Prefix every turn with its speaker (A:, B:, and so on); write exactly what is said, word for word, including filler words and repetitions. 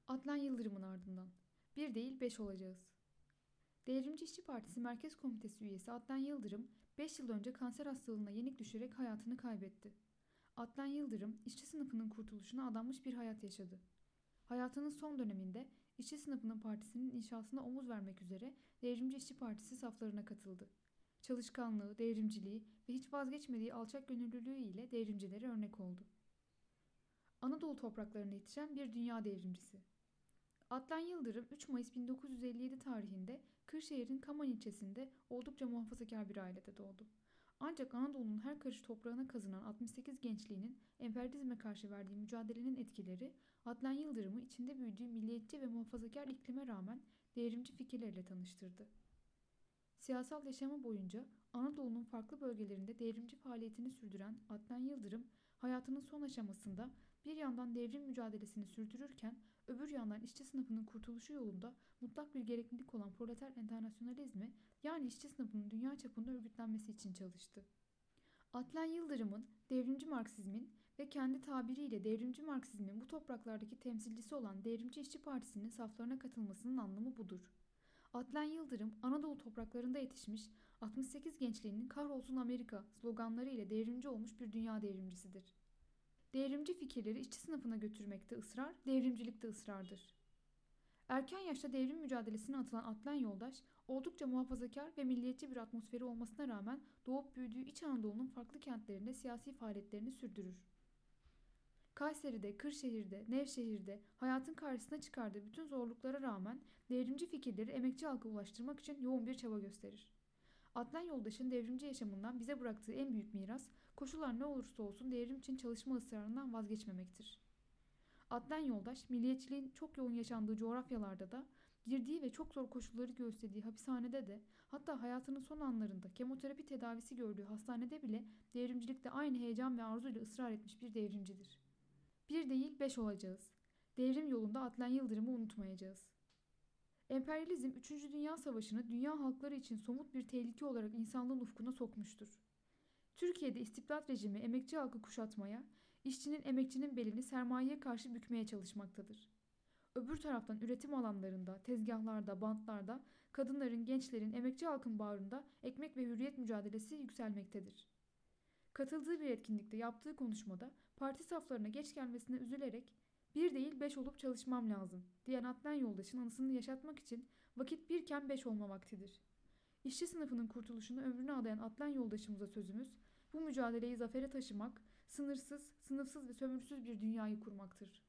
A: Adnan Yıldırım'ın ardından. Bir değil beş olacağız. Devrimci İşçi Partisi Merkez Komitesi üyesi Adnan Yıldırım, beş yıl önce kanser hastalığına yenik düşerek hayatını kaybetti. Adnan Yıldırım, işçi sınıfının kurtuluşuna adanmış bir hayat yaşadı. Hayatının son döneminde işçi sınıfının partisinin inşasına omuz vermek üzere Devrimci İşçi Partisi saflarına katıldı. Çalışkanlığı, devrimciliği ve hiç vazgeçmediği alçak gönüllülüğü ile devrimcilere örnek oldu. Anadolu topraklarına yetişen bir dünya devrimcisi. Adnan Yıldırım üç Mayıs bin dokuz yüz elli yedi tarihinde Kırşehir'in Kaman ilçesinde oldukça muhafazakar bir ailede doğdu. Ancak Anadolu'nun her karış toprağına kazınan altmış sekiz gençliğinin emperyalizme karşı verdiği mücadelenin etkileri Adnan Yıldırım'ı içinde büyüdüğü milliyetçi ve muhafazakar iklime rağmen devrimci fikirlerle tanıştırdı. Siyasal yaşamı boyunca Anadolu'nun farklı bölgelerinde devrimci faaliyetini sürdüren Adnan Yıldırım, hayatının son aşamasında bir yandan devrim mücadelesini sürdürürken öbür yandan işçi sınıfının kurtuluşu yolunda mutlak bir gereklilik olan proleter enternasyonalizmi, yani işçi sınıfının dünya çapında örgütlenmesi için çalıştı. Adnan Yıldırım'ın devrimci Marksizmin ve kendi tabiriyle devrimci Marksizmin bu topraklardaki temsilcisi olan Devrimci İşçi Partisi'nin saflarına katılmasının anlamı budur. Adnan Yıldırım, Anadolu topraklarında yetişmiş, altmış sekiz gençliğinin "Kahrolsun Amerika" sloganları ile devrimci olmuş bir dünya devrimcisidir. Devrimci fikirleri işçi sınıfına götürmekte ısrar, devrimcilikte ısrardır. Erken yaşta devrim mücadelesine atılan Adnan Yoldaş, oldukça muhafazakar ve milliyetçi bir atmosferi olmasına rağmen doğup büyüdüğü İç Anadolu'nun farklı kentlerinde siyasi faaliyetlerini sürdürür. Kayseri'de, Kırşehir'de, Nevşehir'de hayatın karşısına çıkardığı bütün zorluklara rağmen devrimci fikirleri emekçi halka ulaştırmak için yoğun bir çaba gösterir. Adnan Yoldaş'ın devrimci yaşamından bize bıraktığı en büyük miras, koşullar ne olursa olsun devrim için çalışma ısrarından vazgeçmemektir. Adnan Yoldaş, milliyetçiliğin çok yoğun yaşandığı coğrafyalarda da, girdiği ve çok zor koşulları gösterdiği hapishanede de, hatta hayatının son anlarında kemoterapi tedavisi gördüğü hastanede bile devrimcilikte aynı heyecan ve arzuyla ısrar etmiş bir devrimcidir. Bir değil beş olacağız. Devrim yolunda Adnan Yıldırım'ı unutmayacağız. Emperyalizm üçüncü. Dünya Savaşı'nı dünya halkları için somut bir tehlike olarak insanlığın ufkuna sokmuştur. Türkiye'de istibdat rejimi emekçi halkı kuşatmaya, işçinin emekçinin belini sermayeye karşı bükmeye çalışmaktadır. Öbür taraftan üretim alanlarında, tezgahlarda, bantlarda kadınların, gençlerin, emekçi halkın bağrında ekmek ve hürriyet mücadelesi yükselmektedir. Katıldığı bir etkinlikte yaptığı konuşmada parti saflarına geç gelmesine üzülerek "bir değil beş olup çalışmam lazım" diyen Adnan Yoldaş'ın anısını yaşatmak için vakit birken beş olma vaktidir. İşçi sınıfının kurtuluşunu ömrüne adayan Adnan Yoldaşımıza sözümüz, bu mücadeleyi zafere taşımak, sınırsız, sınıfsız ve sömürüsüz bir dünyayı kurmaktır.